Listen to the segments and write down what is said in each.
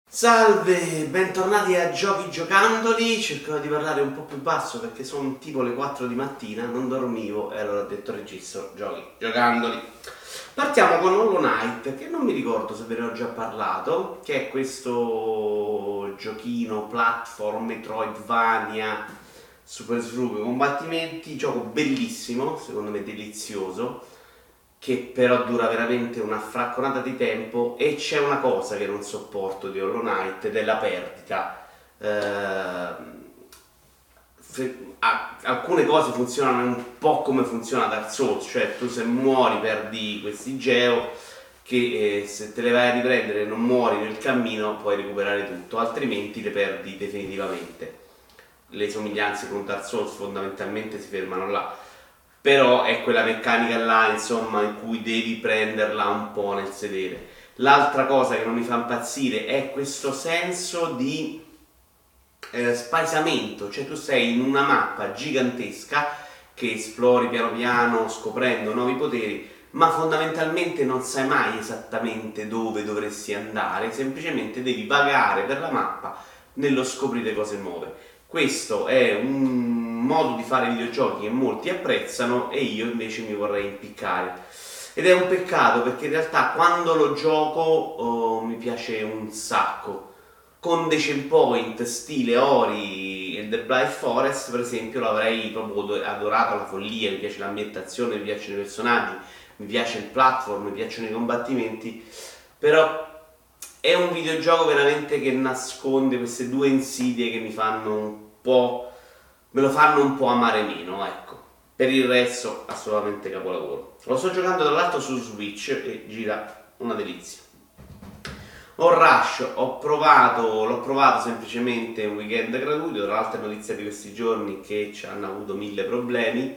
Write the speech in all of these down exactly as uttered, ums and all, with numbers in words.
Salve, bentornati a Giochi Giocandoli. Cercherò di parlare un po' più basso perché sono tipo le quattro di mattina, non dormivo e allora ho detto registro Giochi Giocandoli. Partiamo con Hollow Knight, che non mi ricordo se ve ne ho già parlato, che è questo giochino platform Metroidvania super svrughe combattimenti, gioco bellissimo, secondo me delizioso, che però dura veramente una fracconata di tempo. E c'è una cosa che non sopporto di Hollow Knight ed è la perdita. Ehm, fe- a- alcune cose funzionano un po' come funziona Dark Souls, cioè tu se muori perdi questi geo che eh, se te le vai a riprendere e non muori nel cammino puoi recuperare tutto, altrimenti le perdi definitivamente. Le somiglianze con Dark Souls fondamentalmente si fermano là, però è quella meccanica là, insomma, in cui devi prenderla un po' nel sedere. L'altra cosa che non mi fa impazzire è questo senso di eh, spaesamento, cioè tu sei in una mappa gigantesca che esplori piano piano scoprendo nuovi poteri, ma fondamentalmente non sai mai esattamente dove dovresti andare, semplicemente devi vagare per la mappa nello scoprire cose nuove. Questo è un modo di fare videogiochi che molti apprezzano e io invece mi vorrei impiccare. Ed è un peccato perché in realtà quando lo gioco oh, mi piace un sacco. Con dei checkpoint stile Ori e The Blight Forest, per esempio, l'avrei proprio adorato alla follia. Mi piace l'ambientazione, mi piacciono i personaggi, mi piace il platform, mi piacciono i combattimenti. Però è un videogioco veramente che nasconde queste due insidie che mi fanno un po'. me lo fanno un po' amare meno, ecco. Per il resto, assolutamente capolavoro. Lo sto giocando tra l'altro su Switch e gira una delizia. Ho Rush, ho provato, l'ho provato semplicemente un weekend gratuito, tra l'altro è notizia di questi giorni che ci hanno avuto mille problemi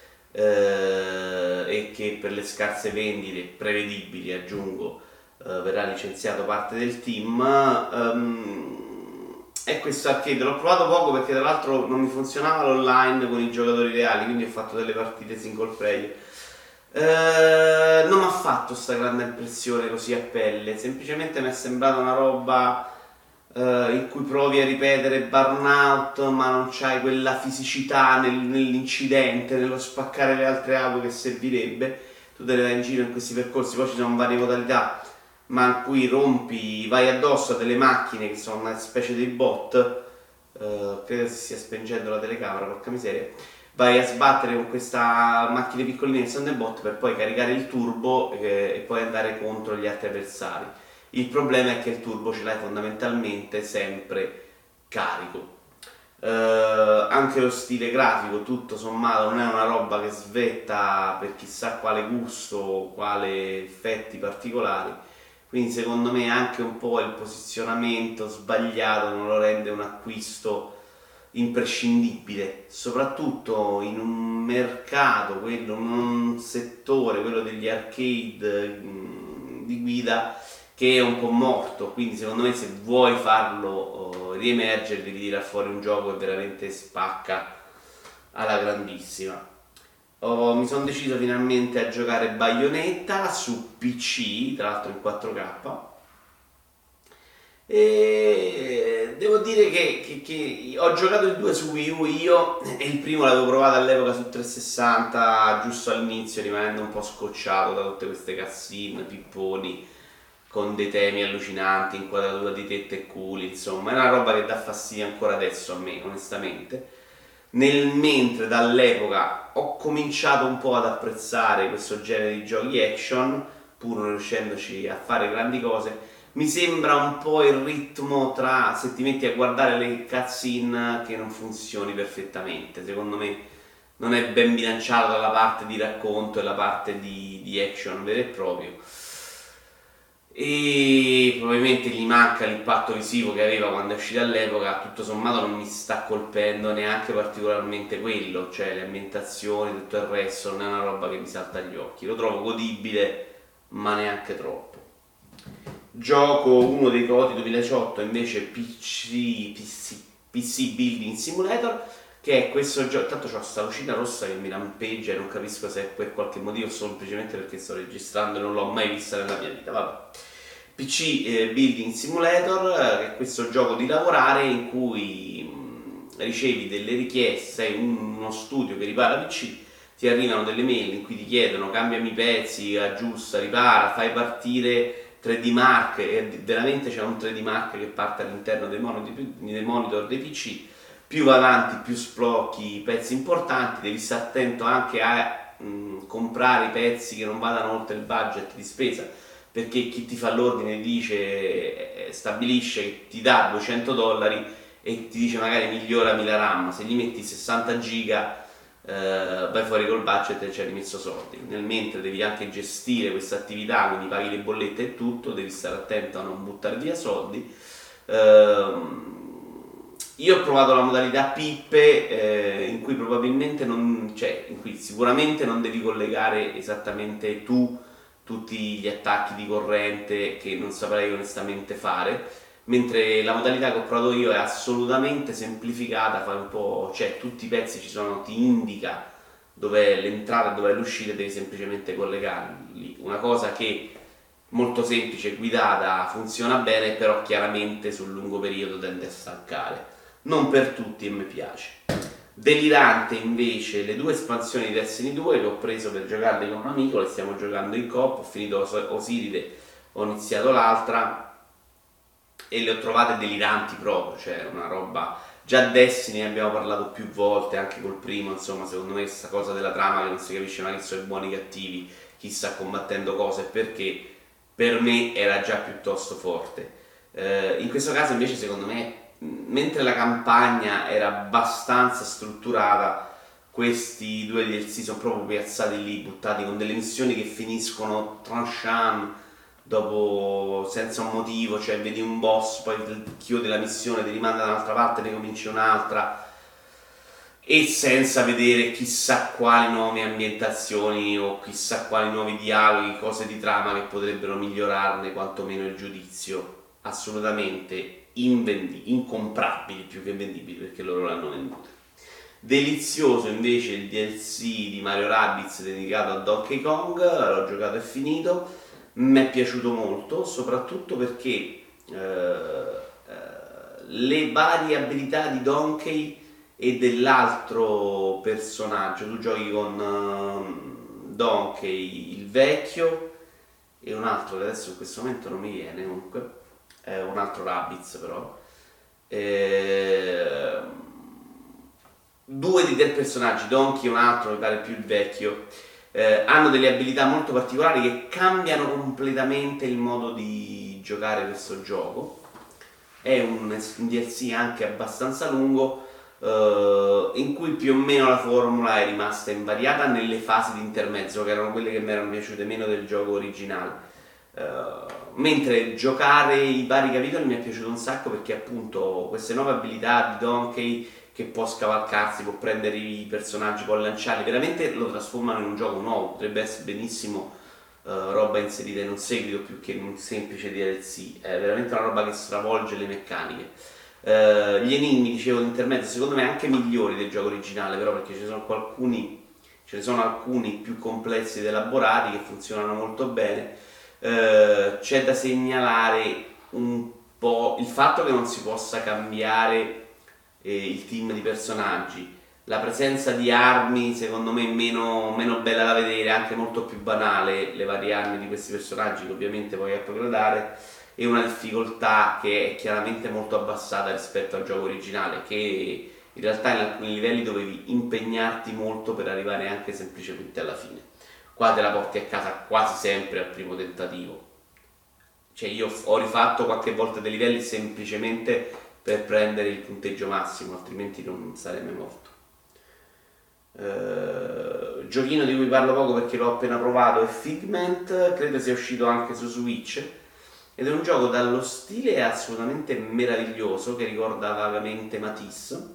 eh, e che per le scarse vendite prevedibili, aggiungo, eh, verrà licenziato parte del team. Um, e questo arcade l'ho provato poco perché tra l'altro non mi funzionava l'online con i giocatori reali, quindi ho fatto delle partite single player. Eh, non mi ha fatto sta grande impressione così a pelle, semplicemente mi è sembrata una roba eh, in cui provi a ripetere burnout, ma non c'hai quella fisicità nel- nell'incidente, nello spaccare le altre auto che servirebbe. Tu te ne vai in giro in questi percorsi, poi ci sono varie modalità, ma in cui rompi, vai addosso a delle macchine che sono una specie di bot. Eh, credo si stia spengendo la telecamera, porca miseria. Vai a sbattere con questa macchina piccolina che sono dei bot per poi caricare il turbo eh, e poi andare contro gli altri avversari. Il problema è che il turbo ce l'hai fondamentalmente sempre carico. Eh, anche lo stile grafico, tutto sommato, non è una roba che svetta per chissà quale gusto, quale effetti particolari. Quindi secondo me anche un po' il posizionamento sbagliato non lo rende un acquisto imprescindibile, soprattutto in un mercato, quello, in un settore, quello degli arcade mh, di guida, che è un po' morto. Quindi secondo me se vuoi farlo oh, riemergere devi tirare fuori un gioco che veramente spacca alla grandissima. Oh, mi sono deciso finalmente a giocare Bayonetta su P C, tra l'altro in quattro K. E devo dire che, che- che ho giocato il due su Wii U io e il primo l'avevo provato all'epoca su trecentosessanta, giusto all'inizio, rimanendo un po' scocciato da tutte queste cutscene, pipponi, con dei temi allucinanti, inquadratura di tette e culi, insomma, è una roba che dà fastidio ancora adesso a me, onestamente. Nel mentre dall'epoca ho cominciato un po' ad apprezzare questo genere di giochi action, pur non riuscendoci a fare grandi cose. Mi sembra un po' il ritmo tra se ti metti a guardare le cutscene che non funzioni perfettamente. Secondo me non è ben bilanciato dalla parte di racconto e la parte di, di action vero e proprio. E probabilmente gli manca l'impatto visivo che aveva quando è uscito all'epoca. Tutto sommato non mi sta colpendo neanche particolarmente quello, cioè le ambientazioni, tutto il resto non è una roba che mi salta agli occhi. Lo trovo godibile, ma neanche troppo. Gioco uno dei Codi duemiladiciotto invece P C, P C, P C Building Simulator, che è questo gioco. Tanto c'ho sta lucina rossa che mi lampeggia e non capisco se è per qualche motivo o semplicemente perché sto registrando e non l'ho mai vista nella mia vita. Vabbè. P C eh, Building Simulator, eh, che è questo gioco di lavorare in cui mh, ricevi delle richieste, sei un, uno studio che ripara P C, ti arrivano delle mail in cui ti chiedono cambiami i pezzi, aggiusta, ripara, fai partire tre D Mark, e veramente c'è un tre D Mark che parte all'interno dei monitor, dei monitor dei P C. Più va avanti più sblocchi pezzi importanti, devi stare attento anche a mh, comprare i pezzi che non vadano oltre il budget di spesa, perché chi ti fa l'ordine dice, eh, stabilisce che ti dà duecento dollari e ti dice magari migliorami la RAM, se gli metti sessanta giga eh, vai fuori col budget e ci hai rimesso soldi. Nel mentre devi anche gestire questa attività, quindi paghi le bollette e tutto, devi stare attento a non buttare via soldi. Ehm, io ho provato la modalità pippe eh, in cui probabilmente non, cioè in cui sicuramente non devi collegare esattamente tu tutti gli attacchi di corrente, che non saprei onestamente fare, mentre la modalità che ho provato io è assolutamente semplificata, fai un po', cioè tutti i pezzi ci sono, ti indica dov'è l'entrata e dov'è l'uscita, devi semplicemente collegarli. Una cosa che molto semplice, guidata, funziona bene, però chiaramente sul lungo periodo tende a stancare. Non per tutti e mi piace. Delirante invece le due espansioni di Destiny due che ho preso per giocarle con un amico, le stiamo giocando in coop, ho finito Osiride, ho iniziato l'altra e le ho trovate deliranti proprio, cioè una roba. Già Destiny ne abbiamo parlato più volte, anche col primo, insomma, secondo me questa cosa della trama che non si capisce mai che sono i buoni e i cattivi, chi sta combattendo cosa e perché, per me era già piuttosto forte. Eh, in questo caso invece secondo me, mentre la campagna era abbastanza strutturata, questi due D L C sono proprio piazzati lì, buttati con delle missioni che finiscono tranchant dopo, senza un motivo, cioè vedi un boss, poi chiudi la missione, ti rimanda da un'altra parte, ne cominci un'altra, e senza vedere chissà quali nuove ambientazioni o chissà quali nuovi dialoghi, cose di trama che potrebbero migliorarne quantomeno il giudizio. Assolutamente invendi- incomprabili più che vendibili, perché loro l'hanno venduto. Delizioso invece il D L C di Mario Rabbids dedicato a Donkey Kong, l'ho giocato e finito, mi è piaciuto molto, soprattutto perché eh, eh, le varie abilità di Donkey e dell'altro personaggio, tu giochi con uh, Donkey il vecchio e un altro che adesso in questo momento non mi viene, comunque è un altro Rabbids però, e... due di tre personaggi, Donkey e un altro, mi pare più il vecchio, eh, hanno delle abilità molto particolari che cambiano completamente il modo di giocare questo gioco. È un, un D L C anche abbastanza lungo, eh, in cui più o meno la formula è rimasta invariata nelle fasi di intermezzo, che erano quelle che mi erano piaciute meno del gioco originale. Uh, mentre giocare i vari capitoli mi è piaciuto un sacco, perché appunto queste nuove abilità di Donkey, che può scavalcarsi, può prendere i personaggi, può lanciarli, veramente lo trasformano in un gioco nuovo. Potrebbe essere benissimo uh, roba inserita in un seguito più che in un semplice D L C, è veramente una roba che stravolge le meccaniche. Uh, gli enigmi, dicevo, d'intermezzo secondo me anche migliori del gioco originale, però, perché ce ne sono alcuni, ce ne sono alcuni più complessi ed elaborati che funzionano molto bene. Uh, c'è da segnalare un po' il fatto che non si possa cambiare eh, il team di personaggi, la presenza di armi secondo me meno, meno bella da vedere, anche molto più banale, le varie armi di questi personaggi che ovviamente puoi upgradare, e una difficoltà che è chiaramente molto abbassata rispetto al gioco originale, che in realtà in alcuni livelli dovevi impegnarti molto per arrivare anche semplicemente alla fine. Qua te la porti a casa quasi sempre al primo tentativo. Cioè io ho rifatto qualche volta dei livelli semplicemente per prendere il punteggio massimo, altrimenti non sarei mai morto. Uh, giochino di cui parlo poco perché l'ho appena provato è Figment, credo sia uscito anche su Switch, ed è un gioco dallo stile assolutamente meraviglioso che ricorda vagamente Matisse.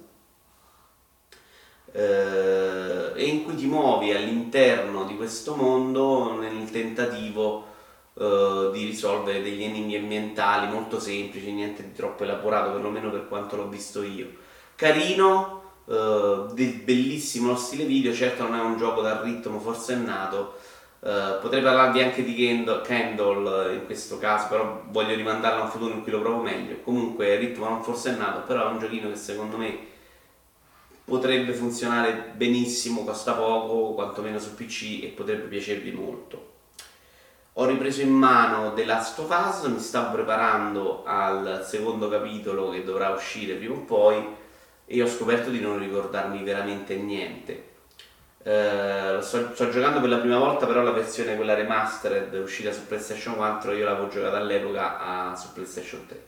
Uh, e in cui ti muovi all'interno di questo mondo nel tentativo uh, di risolvere degli enigmi ambientali molto semplici, niente di troppo elaborato, perlomeno per quanto l'ho visto io. Carino, uh, bellissimo lo stile video, certo non è un gioco dal ritmo forsennato, Uh, potrei parlarvi anche di Kendall, Kendall in questo caso, però voglio rimandarlo a un futuro in cui lo provo meglio. Comunque Ritmo non forsennato, però è un giochino che secondo me potrebbe funzionare benissimo, costa poco, quantomeno su P C, e potrebbe piacervi molto. Ho ripreso in mano The Last of Us, mi stavo preparando al secondo capitolo che dovrà uscire prima o poi e ho scoperto di non ricordarmi veramente niente. Uh, sto, sto giocando per la prima volta, però la versione quella remastered uscita su PlayStation quattro io l'avevo giocata all'epoca a, su PlayStation tre.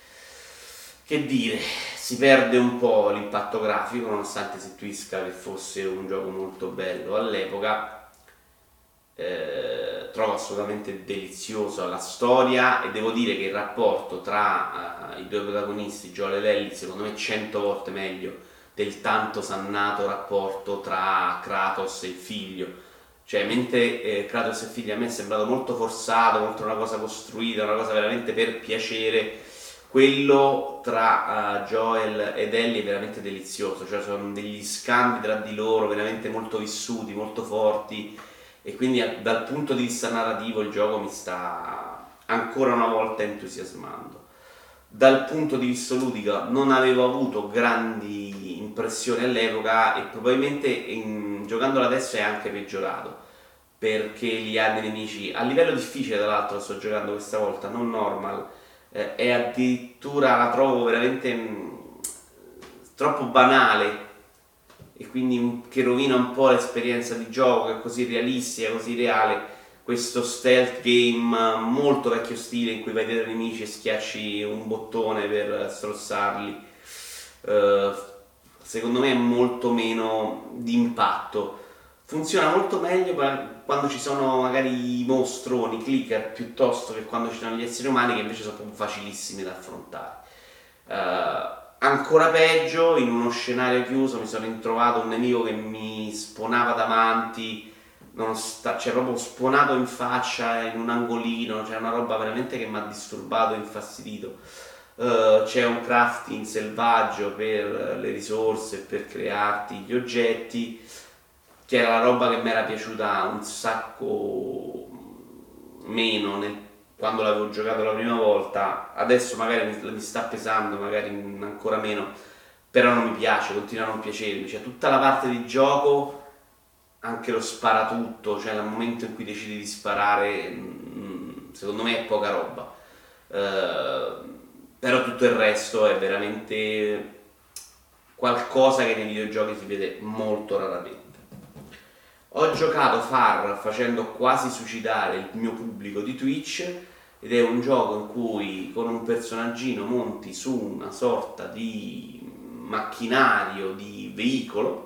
Che dire, si perde un po' l'impatto grafico, nonostante si intuisca che fosse un gioco molto bello all'epoca. Eh, trovo assolutamente deliziosa la storia e devo dire che il rapporto tra uh, i due protagonisti, Joel e Ellie, secondo me è cento volte meglio del tanto sannato rapporto tra Kratos e il figlio. Cioè, mentre eh, Kratos e figlio a me è sembrato molto forzato, molto una cosa costruita, una cosa veramente per piacere, quello tra uh, Joel ed Ellie è veramente delizioso, cioè sono degli scambi tra di loro veramente molto vissuti, molto forti, e quindi a, dal punto di vista narrativo il gioco mi sta ancora una volta entusiasmando. Dal punto di vista ludico non avevo avuto grandi impressioni all'epoca e probabilmente in, giocandolo adesso è anche peggiorato, perché gli anni nemici a livello difficile, tra l'altro sto giocando questa volta, non normal, eh, e addirittura la trovo veramente mh, troppo banale e quindi che rovina un po' l'esperienza di gioco, che è così realistica, così reale. Questo stealth game molto vecchio stile in cui vai dietro ai nemici e schiacci un bottone per strozzarli, uh, secondo me è molto meno di impatto. Funziona molto meglio quando ci sono magari i mostroni, clicker, piuttosto che quando ci sono gli esseri umani, che invece sono proprio facilissimi da affrontare. Uh, ancora peggio, in uno scenario chiuso mi sono ritrovato un nemico che mi spawnava davanti, non sta, cioè proprio spawnato in faccia in un angolino, c'è una roba veramente che mi ha disturbato e infastidito. Uh, c'è un crafting selvaggio per le risorse, per crearti gli oggetti, che era la roba che mi era piaciuta un sacco meno nel, quando l'avevo giocato la prima volta. Adesso magari mi, mi sta pesando, magari ancora meno, però non mi piace, continua a non piacermi. Cioè tutta la parte di gioco, anche lo sparatutto, cioè al momento in cui decidi di sparare, secondo me è poca roba. Uh, però tutto il resto è veramente qualcosa che nei videogiochi si vede molto raramente. Ho giocato Far facendo quasi suicidare il mio pubblico di Twitch, ed è un gioco in cui con un personaggino monti su una sorta di macchinario, di veicolo,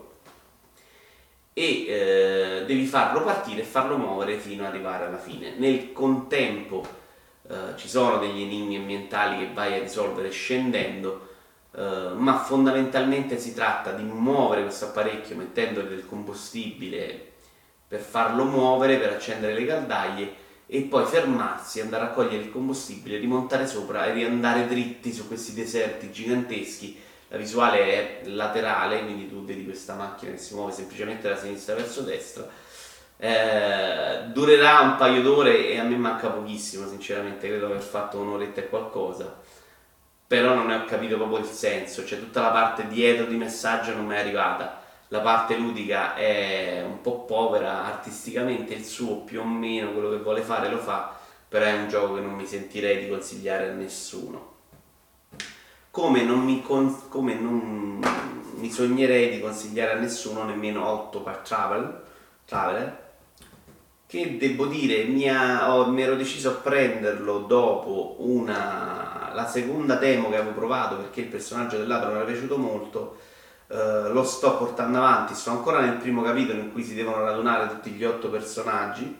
e eh, devi farlo partire e farlo muovere fino ad arrivare alla fine. Nel contempo eh, ci sono degli enigmi ambientali che vai a risolvere scendendo, eh, ma fondamentalmente si tratta di muovere questo apparecchio mettendo del combustibile per farlo muovere, per accendere le caldaie, e poi fermarsi, andare a cogliere il combustibile, rimontare sopra e riandare dritti su questi deserti giganteschi. La visuale è laterale, quindi tu vedi questa macchina che si muove semplicemente da sinistra verso destra. Eh, durerà un paio d'ore e a me manca pochissimo, sinceramente, credo aver fatto un'oretta e qualcosa, però non ne ho capito proprio il senso, cioè tutta la parte dietro di messaggio non mi è arrivata. La parte ludica è un po' povera, artisticamente il suo più o meno quello che vuole fare lo fa, però è un gioco che non mi sentirei di consigliare a nessuno. Come non mi, con, come non mi sognerei di consigliare a nessuno nemmeno Octopath Travel, Traveler, che devo dire mi, ha, oh, mi ero deciso a prenderlo dopo una, la seconda demo che avevo provato, perché il personaggio del ladro mi era piaciuto molto. Uh, lo sto portando avanti, sto ancora nel primo capitolo in cui si devono radunare tutti gli otto personaggi.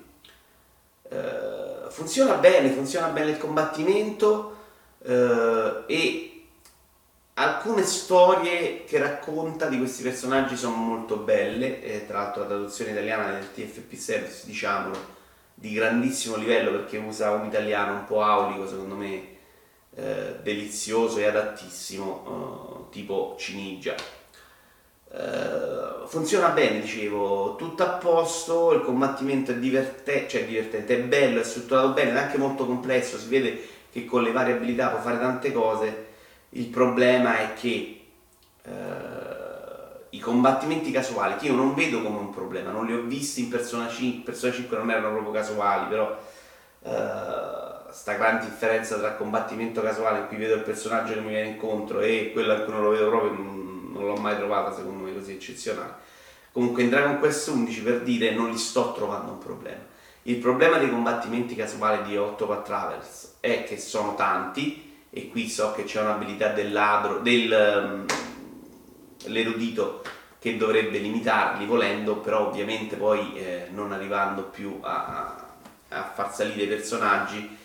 Uh, funziona bene, funziona bene il combattimento, uh, e alcune storie che racconta di questi personaggi sono molto belle, e tra l'altro la traduzione italiana del T F P Service, diciamolo, di grandissimo livello, perché usa un italiano un po' aulico, secondo me eh, delizioso e adattissimo, uh, tipo Cinigia. Uh, funziona bene, dicevo, tutto a posto, il combattimento è divertente, cioè divertente, è bello, è strutturato bene, è anche molto complesso, si vede che con le varie abilità può fare tante cose. Il problema è che uh, i combattimenti casuali, che io non vedo come un problema, non li ho visti in Persona cinque, Persona cinque non erano proprio casuali, però uh, sta gran differenza tra combattimento casuale in cui vedo il personaggio che mi viene incontro e quello in cui non lo vedo proprio, non, non l'ho mai trovata secondo me così eccezionale. Comunque in Dragon Quest undici, per dire, non li sto trovando un problema. Il problema dei combattimenti casuali di Octopath Traveler è che sono tanti, e qui so che c'è un'abilità del ladro, del l'erudito che dovrebbe limitarli volendo, però ovviamente poi eh, non arrivando più a, a far salire i personaggi.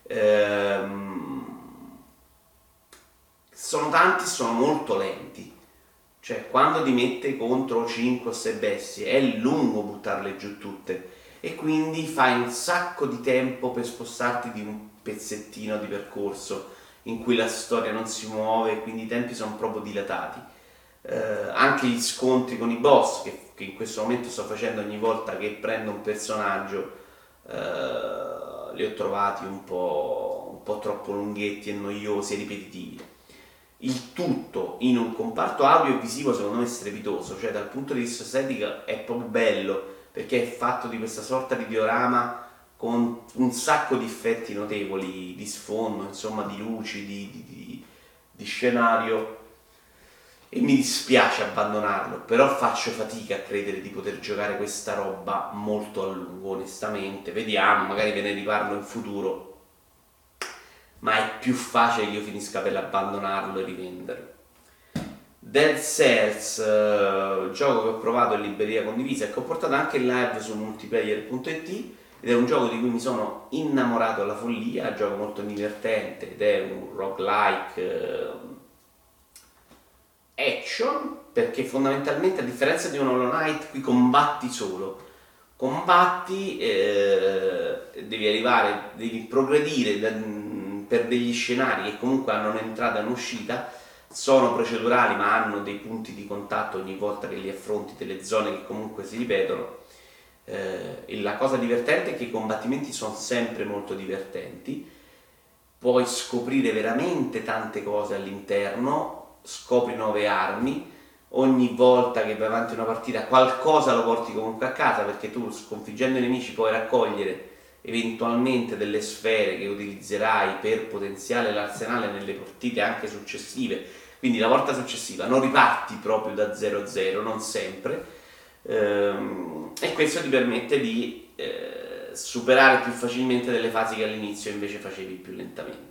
Ehm, sono tanti, sono molto lenti, cioè quando ti mette contro cinque o sei bestie è lungo buttarle giù tutte e quindi fai un sacco di tempo per spostarti di un pezzettino di percorso in cui la storia non si muove e quindi i tempi sono proprio dilatati. Eh, anche gli scontri con i boss che, che in questo momento sto facendo ogni volta che prendo un personaggio, eh, li ho trovati un po', un po' troppo lunghetti e noiosi e ripetitivi. Il tutto in un comparto audio e visivo secondo me è strepitoso, cioè dal punto di vista estetico è proprio bello perché è fatto di questa sorta di diorama con un sacco di effetti notevoli di sfondo, insomma di luci, di, di, di, di scenario, e mi dispiace abbandonarlo, però faccio fatica a credere di poter giocare questa roba molto a lungo, onestamente. Vediamo, magari ve ne riparlo in futuro, ma è più facile che io finisca per abbandonarlo e rivenderlo. Dead Cells, uh, gioco che ho provato in libreria condivisa e che ho portato anche in live su multiplayer punto it, ed è un gioco di cui mi sono innamorato alla follia, è un gioco molto divertente ed è un roguelike uh, action, perché fondamentalmente a differenza di un Hollow Knight qui combatti solo, combatti, eh, devi arrivare, devi progredire da, per degli scenari che comunque hanno un'entrata e un'uscita, sono procedurali ma hanno dei punti di contatto ogni volta che li affronti, delle zone che comunque si ripetono. Eh, e la cosa divertente è che i combattimenti sono sempre molto divertenti, puoi scoprire veramente tante cose all'interno, scopri nuove armi, ogni volta che vai avanti una partita qualcosa lo porti comunque a casa, perché tu sconfiggendo i nemici puoi raccogliere eventualmente delle sfere che utilizzerai per potenziare l'arsenale nelle partite anche successive, quindi la volta successiva non riparti proprio da zero a zero, non sempre, ehm, e questo ti permette di eh, superare più facilmente delle fasi che all'inizio invece facevi più lentamente.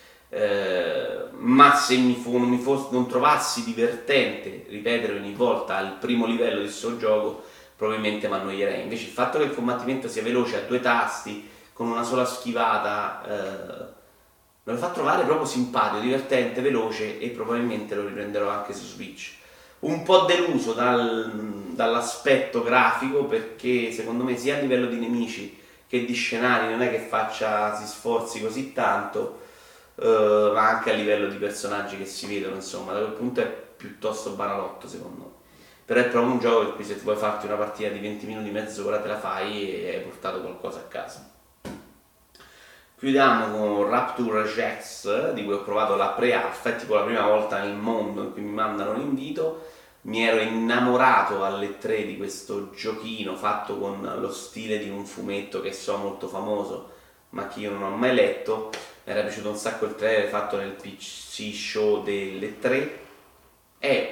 Eh, ma se mi fu, non, mi fosse, non trovassi divertente ripetere ogni volta al primo livello di questo gioco, probabilmente mi annoierei. Invece il fatto che il combattimento sia veloce a due tasti con una sola schivata eh, me lo fa trovare proprio simpatico, divertente, veloce, e probabilmente lo riprenderò anche su Switch. Un po' deluso dal, dall'aspetto grafico, perché secondo me sia a livello di nemici che di scenari non è che faccia si sforzi così tanto. Uh, ma anche a livello di personaggi che si vedono, insomma, da quel punto è piuttosto banalotto secondo me. Però è proprio un gioco per cui se ti vuoi farti una partita di venti minuti, mezz'ora, te la fai e hai portato qualcosa a casa. Chiudiamo con Rapture Jets, di cui ho provato la pre-alpha, è tipo la prima volta nel mondo in cui mi mandano l'invito. Mi ero innamorato alle tre di questo giochino fatto con lo stile di un fumetto che so molto famoso, ma che io non ho mai letto. Mi era piaciuto un sacco il trailer fatto nel P C Show delle tre. È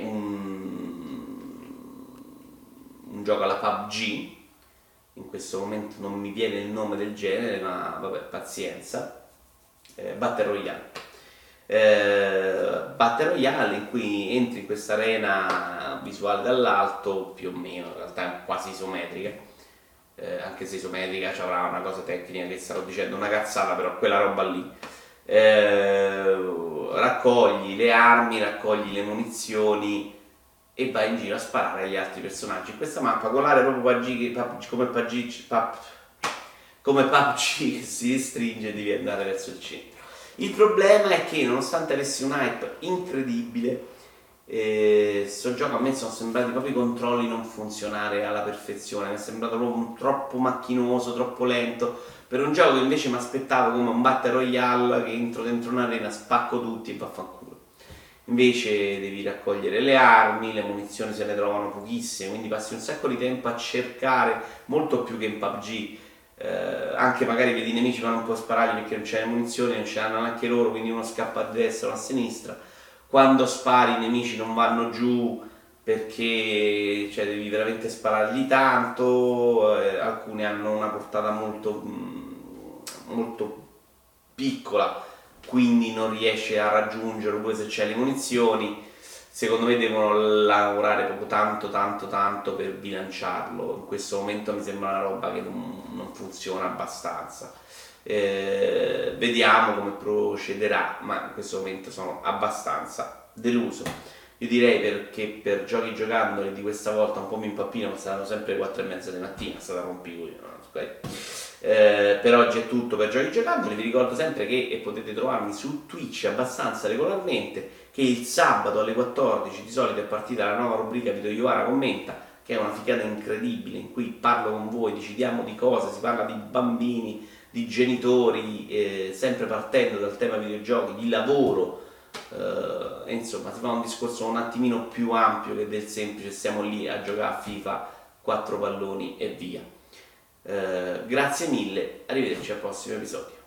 un, un gioco alla P U B G, in questo momento non mi viene il nome del genere, ma vabbè, pazienza. eh, Battle Royale. Eh, Battle Royale in cui entri in questa arena visuale dall'alto, più o meno, in realtà è quasi isometrica. Eh, anche se isometrica ci avrà una cosa tecnica che starò dicendo una cazzata, però quella roba lì, eh, raccogli le armi, raccogli le munizioni e vai in giro a sparare agli altri personaggi. In questa mappa colare proprio P U B G, come P U B G, come P U B G che si restringe, devi andare verso il centro. Il problema è che nonostante avessi un hype incredibile, E sto gioco a me sono sembrati proprio i controlli non funzionare alla perfezione, mi è sembrato proprio troppo macchinoso, troppo lento, per un gioco che invece mi aspettavo come un Battle Royale che entro dentro un'arena, spacco tutti e vaffanculo. Invece devi raccogliere le armi, le munizioni se ne trovano pochissime, quindi passi un sacco di tempo a cercare, molto più che in P U B G. Eh, anche magari vedi i nemici ma non puoi spararli perché non c'è le munizioni, non ce l'hanno anche loro, quindi uno scappa a destra o a sinistra. Quando spari i nemici non vanno giù perché cioè, devi veramente sparargli tanto, eh, alcuni hanno una portata molto, mm, molto piccola, quindi non riesce a raggiungere pure se c'è le munizioni. Secondo me devono lavorare proprio tanto tanto tanto per bilanciarlo. In questo momento mi sembra una roba che non, non funziona abbastanza. Eh, vediamo come procederà, ma in questo momento sono abbastanza deluso. Io direi perché per giochi giocandoli di questa volta un po' mi impappino, ma saranno sempre le quattro e mezza di mattina, è stata rompicoglione, no? Eh, per oggi è tutto per giochi giocandoli, vi ricordo sempre che e potete trovarmi su Twitch abbastanza regolarmente, che il sabato alle quattordici di solito è partita la nuova rubrica Vito Iovara commenta, che è una figata incredibile in cui parlo con voi, decidiamo di cose, si parla di bambini, di genitori, eh, sempre partendo dal tema videogiochi, di lavoro, eh, e insomma si fa un discorso un attimino più ampio che del semplice stiamo lì a giocare a FIFA, quattro palloni e via. Eh, grazie mille, arrivederci al prossimo episodio.